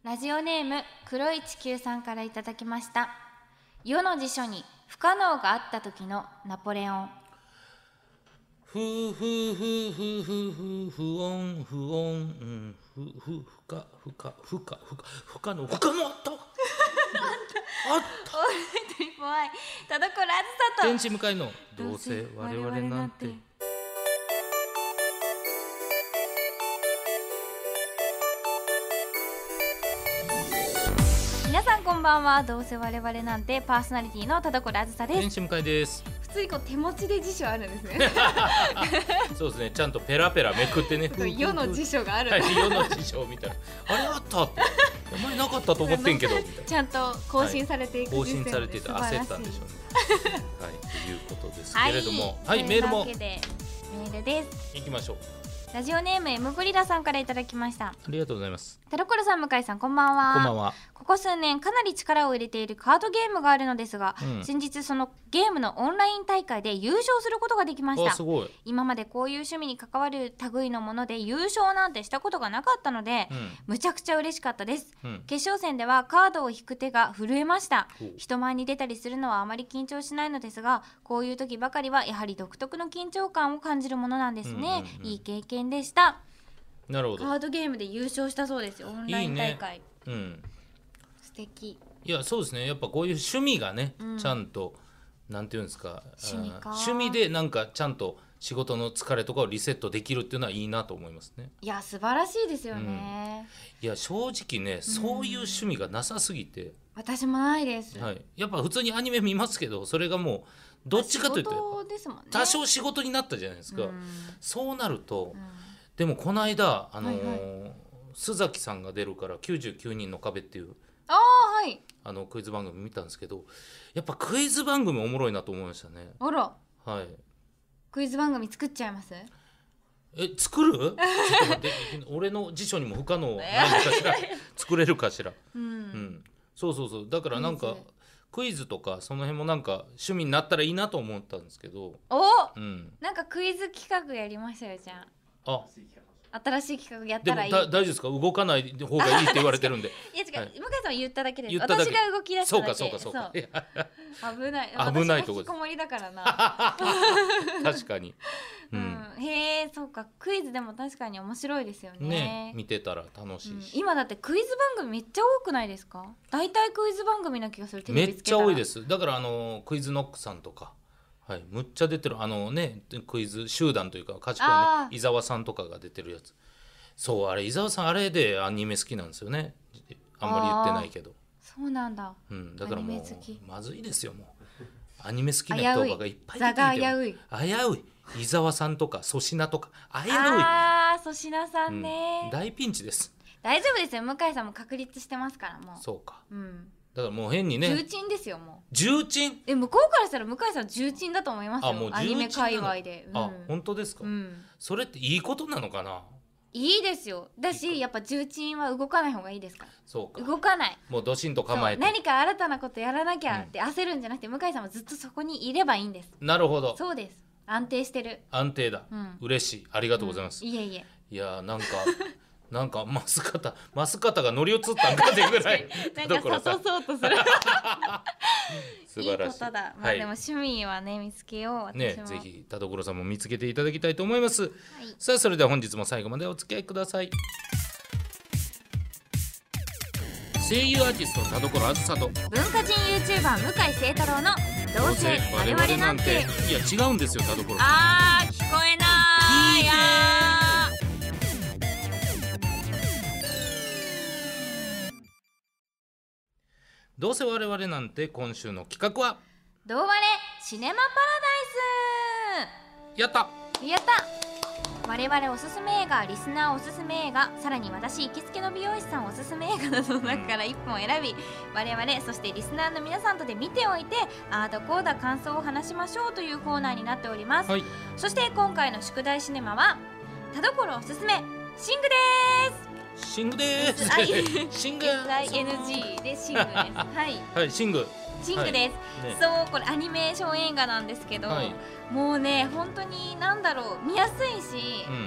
ラジオネーム黒い地球さんからいただきました。世の辞書に不可能があった時のナポレオン。 不穏不穏不可能あった。 オールナイトニッポン愛田所あずさと天使向かいのどうせ我々なんて。 皆さんこんばんは。どうせ我々なんてパーソナリティの田所あずさです。 天使向かいです。 普通にこう手持ちで辞書あるんですねそうですね、ちゃんとペラペラめくってね世の辞書がある、 はい、世の辞書を見たらあれあったってあんまりなかったと思ってんけどみたいなちゃんと更新されていく、 更新されてて焦ったんでしょうねはい、ということですけれども、はい、メールもというわけでメールです。 行きましょう。 ラジオネーム M ゴリラさんからいただきました。 ありがとうございます。 田所さん、向井さん、こんばんは。 こんばんは。 ここ数年かなり力を入れているカードゲームがあるのですが、先日そのゲームのオンライン大会で優勝することができました。 すごい。 今までこういう趣味に関わる類のもので優勝なんてしたことがなかったので、むちゃくちゃ嬉しかったです、決勝戦ではカードを引く手が震えました。人前に出たりするのはあまり緊張しないのですが、こういう時ばかりはやはり独特の緊張感を感じるものなんですね。いい経験でした。 なるほど。 カードゲームで優勝したそうですよ、オンライン大会。 いいね。 素敵。 いや、そうですね、やっぱこういう趣味がね、ちゃんとなんていうんですか、趣味でなんかちゃんと仕事の疲れとかをリセットできるっていうのはいいなと思いますね。 いや、素晴らしいですよね、 いや、正直ね、そういう趣味がなさすぎて、 私もないです、 はい、やっぱ普通にアニメ見ますけど、それがもうどっちかというと仕事ですもんね。 多少仕事になったじゃないですか、そうなると、でもこの間須崎さんが出るから99人の壁っていうはい、 クイズ番組見たんですけど、やっぱクイズ番組おもろいなと思いましたね。 あら、 はい、 クイズ番組作っちゃいます？ 作る？ちょっと待って俺の辞書にも不可能ないのかしら作れるかしら、そうだからなんかクイズとかその辺もなんか趣味になったらいいなと思ったんですけど、 なんかクイズ企画やりましょうよ。じゃあ、 新しい企画やったらいい。 でも大丈夫ですか？動かない方がいいって言われてるんでいや違う、向井さんは言っただけです。 私が動き出しただけ。 そうか危ないとこ引きこもりだからな確かに、 へえ、そうか。クイズでも確かに面白いですよね。 見てたら楽しいし、 今だってクイズ番組めっちゃ多くないですか？大体クイズ番組な気がする。テレビつけたらめっちゃ多いです。だからクイズノックさんとか、はい、むっちゃ出てるクイズ集団というか賢いね、伊沢さんとかが出てるやつ。そう、あれ伊沢さんあれでアニメ好きなんですよね。あんまり言ってないけど。 そうなんだ、 だからもうまずいですよ。もうアニメ好きな人がいっぱい出てきて、 座が危うい伊沢さんとか粗品とか危うい。 粗品さんね、 大ピンチです。 大丈夫ですよ、向井さんも確立してますから。もうそうか、だからもう変にね、 重鎮ですよ。もう重鎮。 向こうからしたら向井さん重鎮だと思いますよ。 もうアニメ界隈で。 本当ですか？それっていいことなのかな？ いいですよ。だし、やっぱ重鎮は動かない方がいいですから。 そうか、 動かない、 もうドシンと構えて何か新たなことやらなきゃって焦るんじゃなくて、向井さんはずっとそこにいればいいんです。 なるほど、 そうです。安定してる。 安定だ、嬉しい、ありがとうございます、 いえいえ。 いやなんかマスカタが乗り移ったんかってぐらいなんか誘そうとする素晴らしい。 いいことだ。でも趣味はね、見つけよう。私もぜひ田所さんも見つけていただきたいと思います、さあ、それでは本日も最後までお付き合いください。声優アーティスト田所あずさと文化人 YouTuber 向井聖太郎のどうせ我々なんて。 いや、違うんですよ、田所。 聞こえないどうせ我々なんて。今週の企画はどうわれシネマパラダイス。 やった我々おすすめ映画、リスナーおすすめ映画、さらに私行きつけの美容師さんおすすめ映画などの中から1本選び、我々そしてリスナーの皆さんとで見ておいて、ああだこうだ感想を話しましょうというコーナーになっております、そして今回の宿題シネマは田所おすすめシングシングです。シング SING でシングですはい、シングです、そう、これアニメーション映画なんですけど、もうね、本当に見やすいし、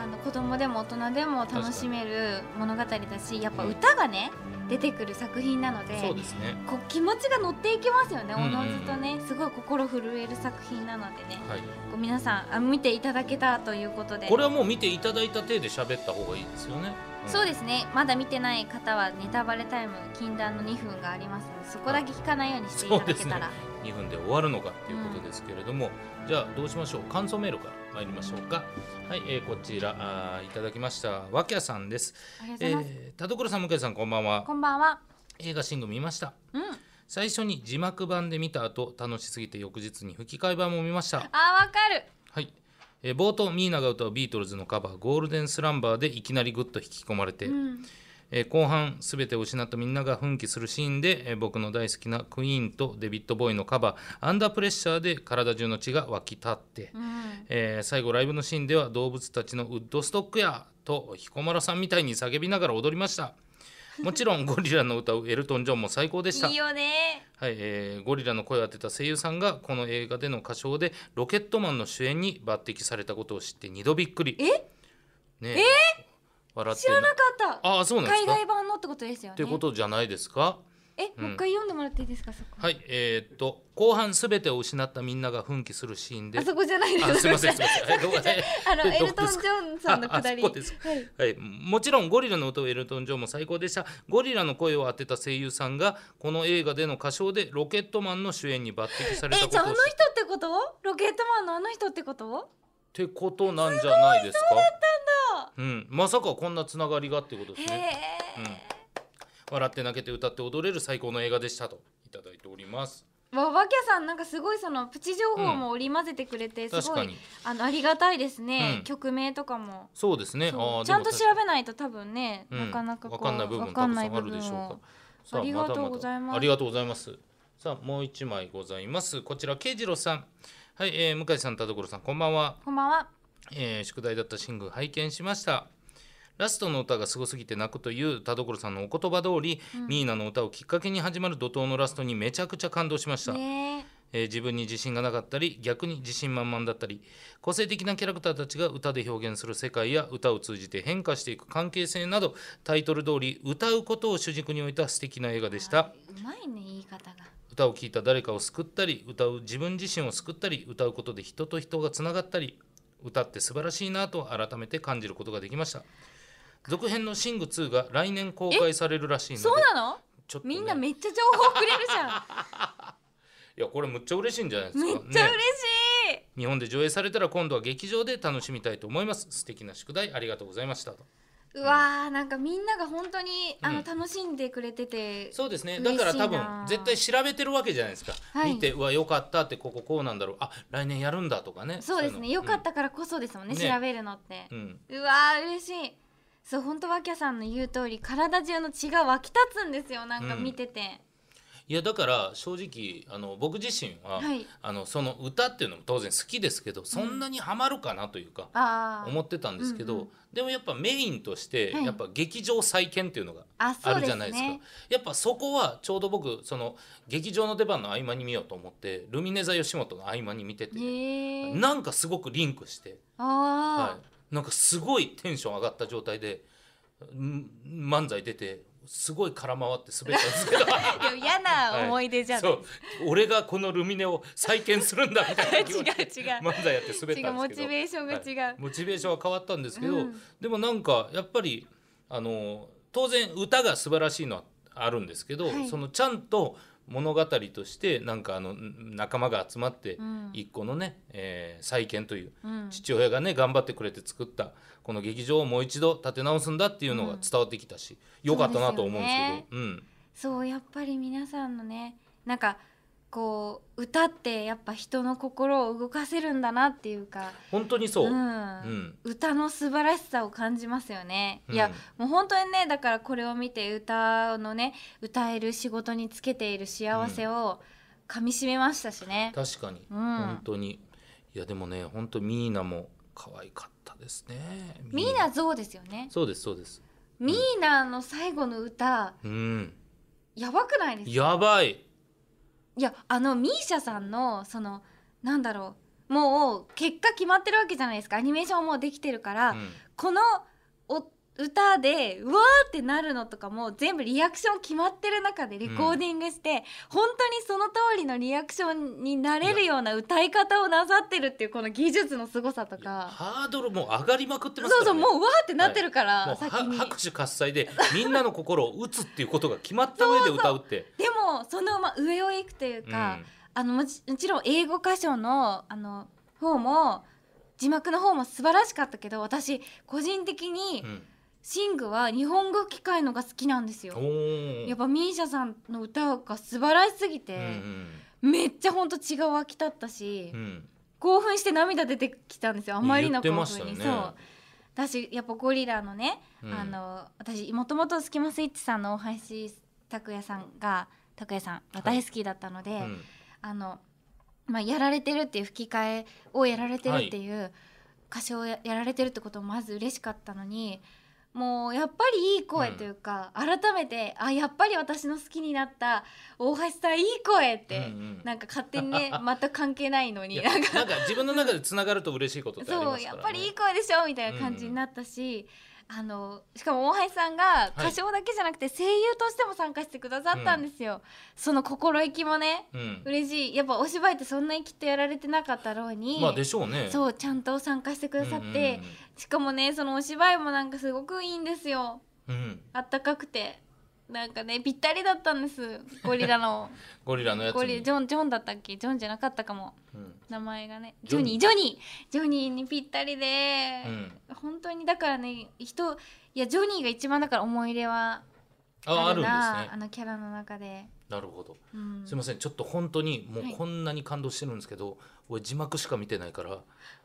子供でも大人でも楽しめる物語だし、やっぱ歌がね、出てくる作品なので、 そうですね、 こう気持ちが乗っていきますよね、 うんうんうんおのずとね。すごい心震える作品なのでね、 はい、 こう皆さん見ていただけたということで、 これはもう見ていただいた体で喋った方がいいですよね、 そうですね、まだ見てない方はネタバレタイム禁断の2分がありますので、そこだけ聞かないようにしていただけたら、 2分で終わるのかっていうことですけれども、じゃあどうしましょう。感想メールから参りましょうか。はい、こちらいただきましたわきゃさんです。 ありがとうございます。 田所さん、向井さん、こんばんは。 こんばんは。 映画シング見ました。 うん、 最初に字幕版で見た後、楽しすぎて翌日に吹き替え版も見ました。 わかる。 はい、冒頭ミーナが歌うビートルズのカバーゴールデンスランバーでいきなりグッと引き込まれて、後半全てを失ったみんなが奮起するシーンで、僕の大好きなクイーンとデビッド・ボーイのカバーアンダープレッシャーで体中の血が湧き立って、最後ライブのシーンでは動物たちのウッドストックやと彦摩呂さんみたいに叫びながら踊りました。もちろんゴリラの歌うエルトン・ジョンも最高でした。 いいよね。 はい、ゴリラの声を当てた声優さんがこの映画での歌唱でロケットマンの主演に抜擢されたことを知って2度びっくり。ね、笑って知らなかった。 あ、そうなんですか。 海外版のってことですよね。 ってことじゃないですか。 もう一回読んでもらっていいですか、そこ。 はい、後半すべてを失ったみんなが奮起するシーンで、 あそこじゃないです。 あ、すいませんすいません、はい、どこエルトン・ジョンさんのくだり。 そうです、はい、もちろんゴリラの歌うエルトン・ジョンも最高でした。ゴリラの声を当てた声優さんがこの映画での歌唱でロケットマンの主演に抜擢されたことをじゃああの人ってこと？ロケットマンのあの人ってこと？ ってことなんじゃないですか。 そうだったんだ。 まさかこんなつながりがってことですね。笑って泣けて歌って踊れる最高の映画でしたといただいております。 わきゃさん、なんかすごいそのプチ情報も織り交ぜてくれて、すごいありがたいですね、曲名とかも。 そうですね、 ちゃんと調べないと多分ね、なかなか分かんない部分たくさんあるでしょうか。 ありがとうございます。 ありがとうございます。さあもう一枚ございます。こちら慶次郎さん。はい、向井さん、田所さん、こんばんは。 こんばんは。 宿題だったシング拝見しました。ラストの歌がすごすぎて泣くという田所さんのお言葉通り、ミーナの歌をきっかけに始まる怒涛のラストにめちゃくちゃ感動しました。自分に自信がなかったり逆に自信満々だったり、個性的なキャラクターたちが歌で表現する世界や歌を通じて変化していく関係性など、タイトル通り歌うことを主軸に置いた素敵な映画でした。 うまいね、言い方が。 歌を聴いた誰かを救ったり、歌う自分自身を救ったり、歌うことで人と人がつながったり、歌って素晴らしいなと改めて感じることができました。続編のシング2が来年公開されるらしいので。 そうなの？ ちょっとみんなめっちゃ情報くれるじゃん。 いや、これむっちゃ嬉しいんじゃないですか。 めっちゃ嬉しい、 日本で上映されたら今度は劇場で楽しみたいと思います。素敵な宿題ありがとうございましたと。 うわー、なんかみんなが本当に楽しんでくれてて、 そうですね。だから多分絶対調べてるわけじゃないですか、見て、うわよかったって、こうなんだろう、あ、来年やるんだとかね。 そうですね、よかったからこそですもんね、調べるのって、うわー嬉しい。そう、本当わきゃさんの言う通り、体中の血が湧き立つんですよ、なんか見てて。 いや、だから正直僕自身は、その歌っていうのも当然好きですけど、そんなにハマるかなというか、思ってたんですけど、でもやっぱメインとして、やっぱ劇場再建っていうのがあるじゃないですか。やっぱそこはちょうど僕その劇場の出番の合間に見ようと思ってルミネ座吉本の合間に見てて、なんかすごくリンクして、なんかすごいテンション上がった状態で漫才出て、すごい空回って滑ったんですけど嫌な思い出じゃん、 そう、俺がこのルミネを再建するんだみたいな気持ちで漫才やって滑ったんですけど、 モチベーションが違う、 モチベーションは変わったんですけど、でもなんかやっぱり当然歌が素晴らしいのはあるんですけど、そのちゃんと物語としてなんか仲間が集まって一個のね、再建という、父親がね頑張ってくれて作ったこの劇場をもう一度立て直すんだっていうのが伝わってきたし、よかったなと思うんですけど、 そうやっぱり皆さんのね、なんかこう歌ってやっぱ人の心を動かせるんだなっていうか、 本当にそう、 歌の素晴らしさを感じますよね、いやもう本当にね、だからこれを見て歌のね、歌える仕事につけている幸せをかみしめましたしね、 確かに、本当に。いやでもね、本当ミーナも可愛かったですね。 ミーナゾウですよね。 そうですそうです。 ミーナの最後の歌、やばくないですか？ やばい。 いやミーシャさんのそのなんだろもう結果決まってるわけじゃないですか。アニメーションもうできてるから、この歌でうわーってなるのとかも全部リアクション決まってる中でレコーディングして、本当にその通りのリアクションになれるような歌い方をなさってるっていうこの技術の凄さとか、 ハードルもう上がりまくってますからね。 そうそう、もううわーってなってるから、 もう先に拍手喝采でみんなの心を打つっていうことが決まった上で歌うってでもその上を行くというか、もちろん英語歌唱の方も字幕の方も素晴らしかったけど、私個人的に、シングは日本語吹き替えのが好きなんですよ。やっぱミーシャさんの歌が素晴らしすぎて、めっちゃほんと血が沸き立ったし、興奮して涙出てきたんですよ、あまりの興奮に。そう私やっぱゴリラのね、私もともとスキマスイッチさんの大橋拓也さんが大好きだったので、やられてるっていう吹き替えをやられてるっていう、歌唱をやられてるってこともまず嬉しかったのに、もうやっぱりいい声というか、改めてやっぱり私の好きになった大橋さんいい声って、なんか勝手にね全く関係ないのになんか自分の中でつながると嬉しいことってありますからね。 そうやっぱりいい声でしょみたいな感じになったし、しかも大橋さんが歌唱だけじゃなくて声優としても参加してくださったんですよ、その心意気もね、嬉しい。やっぱお芝居ってそんなにきっとやられてなかったろうに、 でしょうね。 そうちゃんと参加してくださって、しかもねそのお芝居もなんかすごくいいんですよ、あったかくてなんかねぴったりだったんです。ゴリラのゴリラのやつにジョンだったっけ、ジョンじゃなかったかも、名前がねジョニーにぴったりで、本当にだからねジョニーが一番だから思い入れはあるな、 あるんですね、 キャラの中で。 なるほど、すいませんちょっと本当にもうこんなに感動してるんですけど、俺字幕しか見てないから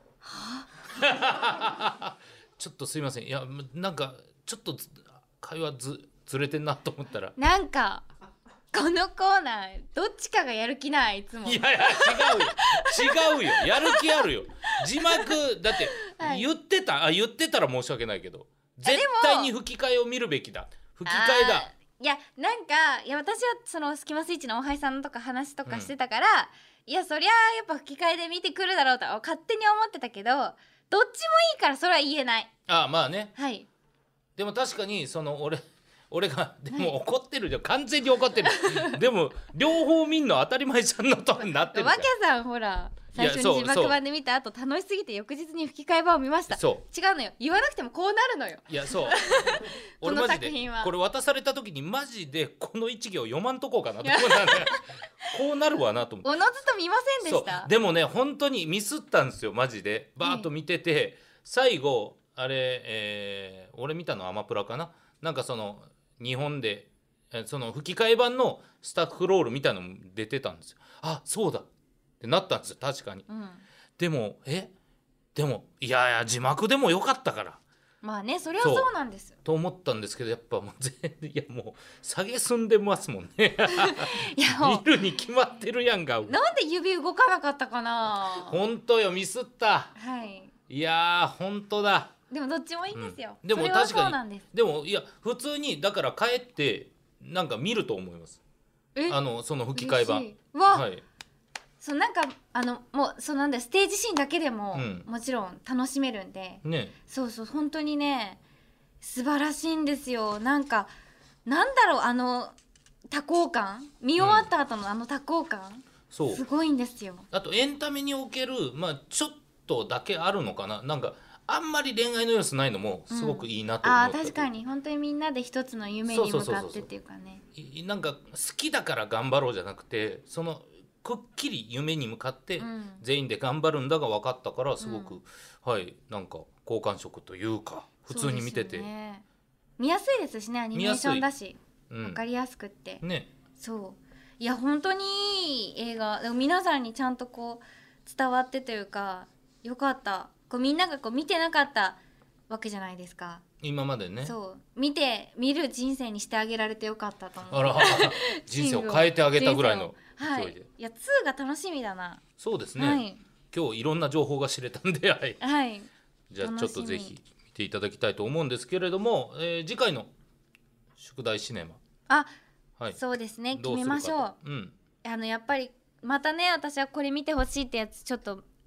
ちょっとすいません。いやなんかちょっと会話ずれてんなと思ったら、 なんかこのコーナーどっちかがやる気ない、いつも。 いや違うよやる気あるよ。字幕だって言ってたら申し訳ないけど、絶対に吹き替えを見るべきだ。吹き替えだ。 いやなんか私はそのスキマスイッチの大橋さんとか話とかしてたから、いやそりゃやっぱ吹き替えで見てくるだろうと勝手に思ってたけど、どっちもいいからそれは言えない。 まあね、 はい。 でも確かにその俺がでも怒ってるじゃん、完全に怒ってるでも両方見んの当たり前じゃんのとになってるじゃん。 わけさんほら最初に字幕版で見た後楽しすぎて翌日に吹き替え版を見ました。違うのよ、言わなくてもこうなるのよ。いやそう俺マジでこれ渡された時にマジでこの一行読まんとこうかなと思ったんでこうなるわなと思って、 おのずと見ませんでした。 でもね本当にミスったんですよマジで。バーッと見てて、最後あれ、俺見たのアマプラかな、なんかその日本でその吹き替え版のスタッフロールみたいなのも出てたんですよ。そうだってなったんですよ確かに、でもいや字幕でもよかったから、 まあねそれはそうなんですと思ったんですけど、やっぱもうもう下げすんでますもんねいや見るに決まってるやんが。 なんで指動かなかったかな。 本当よミスった。いや本当だ。 でもどっちもいいんですよ、 でも確かに。でもいや普通にだから帰ってなんか見ると思います。その吹き替え版そうなんかもうそうなんだステージシーンだけでも、もちろん楽しめるんで、そう本当にね素晴らしいんですよ。なんだろう多幸感、見終わった後の多幸感、すごいんですよ。 あとエンタメにおけるちょっとだけあるのかな、なんかあんまり恋愛の要素ないのもすごくいいなと思った。 確かに本当にみんなで一つの夢に向かってっていうかね、 なんか好きだから頑張ろうじゃなくて、そのくっきり夢に向かって全員で頑張るんだが分かったから、すごく、なんか好感触というか普通に見てて、 見やすいですしね、アニメーションだし分かりやすくってね。そういや本当にいい映画でも皆さんにちゃんとこう伝わってというかよかった。みんなが見てなかったわけじゃないですか今までね。 そう見る人生にしてあげられてよかったと思う。 あら人生を変えてあげたぐらいの勢いで、 いや2が楽しみだな。 そうですね、今日いろんな情報が知れたんでじゃあちょっとぜひ見ていただきたいと思うんですけれども、次回の宿題シネマそうですね決めましょう。やっぱりまたね私はこれ見てほしいってやつちょっと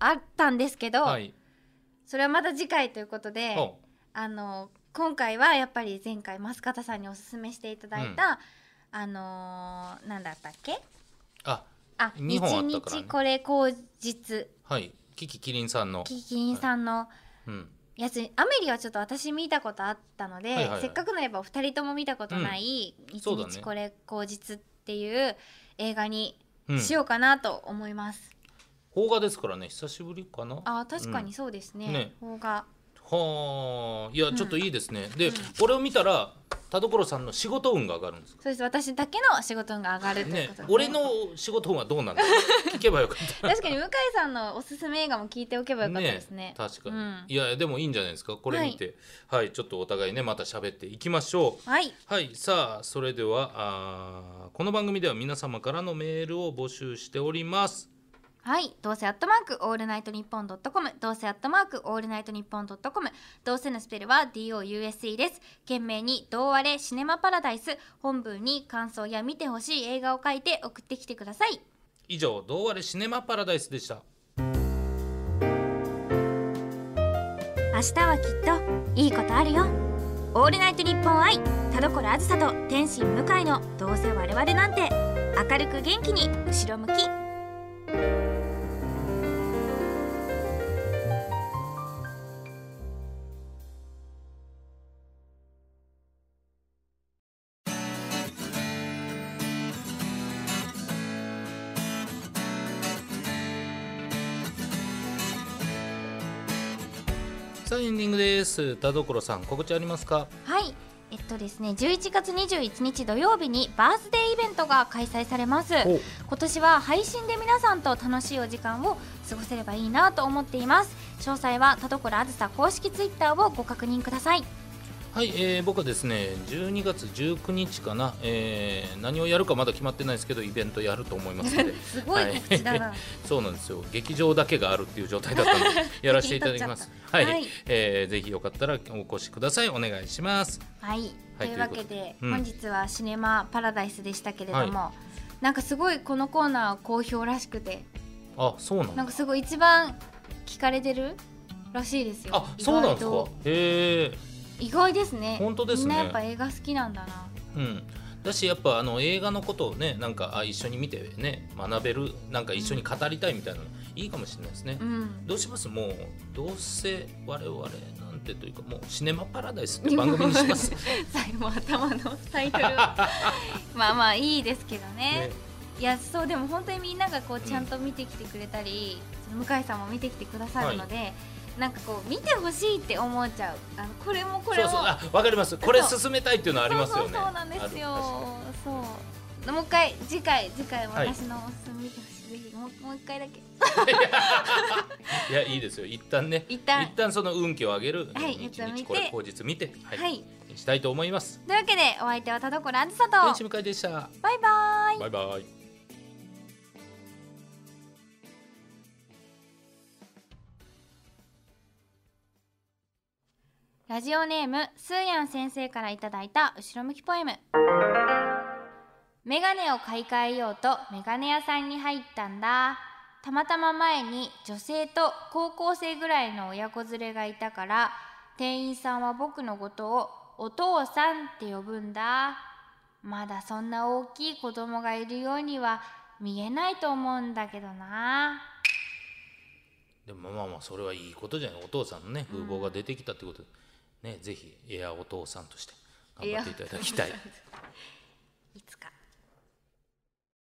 あったんですけど、 はい、 それはまた次回ということで、 ほ今回はやっぱり前回増形さんにおすすめしていただいた、なんだったっけ、 2本あったからね。 日これ口実、 はい、キキキリンさんのやつ、アメリはちょっと私見たことあったので、せっかくなればお二人とも見たことない日日これ口実っていう映画にしようかなと思います。 邦画ですからね、久しぶりかな。 確かにそうですね、邦画。 はあ、いやちょっといいですね。で、これを見たら田所さんの仕事運が上がるんですか？ そうです、私だけの仕事運が上がるということで、 俺の仕事運はどうなんだ聞けばよかった確かに向井さんのおすすめ映画も聞いておけばよかったですね。 確かに、いやでもいいんじゃないですか、これ見て、はいちょっとお互いねまた喋っていきましょう。はい、さあそれではこの番組では皆様からのメールを募集しております。 はい、どうせアットマークオールナイトニッポンドットコム、どうせアットマークオールナイトニッポンドットコム、どうせのスペルは DOUSE です。懸命にどうあれシネマパラダイス、本文に感想や見てほしい映画を書いて送ってきてください。 以上、どうあれシネマパラダイスでした。 明日はきっといいことあるよ。オールナイトニッポン愛、田所あずさと天心向井のどうせ我々なんて、明るく元気に後ろ向き。 さあエンディングです。田所さん告知ありますか？ はい、ですね、11月21日土曜日にバースデーイベントが開催されます。今年は配信で皆さんと楽しいお時間を過ごせればいいなと思っています。詳細は田所あずさ公式ツイッターをご確認ください。 はい、僕はですね12月19日かな、何をやるかまだ決まってないですけどイベントやると思いますのですごい告知だな、 そうなんですよ、劇場だけがあるっていう状態だったのでやらせていただきますぜひよかったらお越しください、お願いします。 はい、というわけで、本日はシネマパラダイスでしたけれども、なんかすごいこのコーナー好評らしくて、 そうなんだ、 なんかすごい一番聞かれてるらしいですよ。 そうなんですか。へえ、 意外ですね。 本当ですね。 みんなやっぱ映画好きなんだな。 だしやっぱ映画のことをねなんか一緒に見てね学べる、なんか一緒に語りたいみたいなの、いいかもしれないですね。どうします？もうどうせ我々なんてというかもうシネマパラダイスって番組にします。 最後頭のタイトルまあまあいいですけどね。いやそうでも本当にみんながこうちゃんと見てきてくれたり、向井さんも見てきてくださるので。なんかこう見てほしいって思っちゃう。これもこれも。 わかります。これ進めたいっていうのはありますよね。 そうなんですよ。そう。もう一回次回私のおすすめ見てほしい。ぜひもう一回だけ。 いやいいですよ。一旦ね。一旦その運気を上げる。日々これ口実見て。はい。したいと思います。 というわけでお相手は田所あずさと天使向井でした。 バイバイ。 バイバイ。 ラジオネームスーヤン先生からいただいた後ろ向きポエム。メガネを買い替えようとメガネ屋さんに入ったんだ。たまたま前に女性と高校生ぐらいの親子連れがいたから、店員さんは僕のことをお父さんって呼ぶんだ。まだそんな大きい子供がいるようには見えないと思うんだけどな。 でもまあそれはいいことじゃない。お父さんのね風貌が出てきたってことでね、ぜひエアお父さんとして頑張っていただきたい。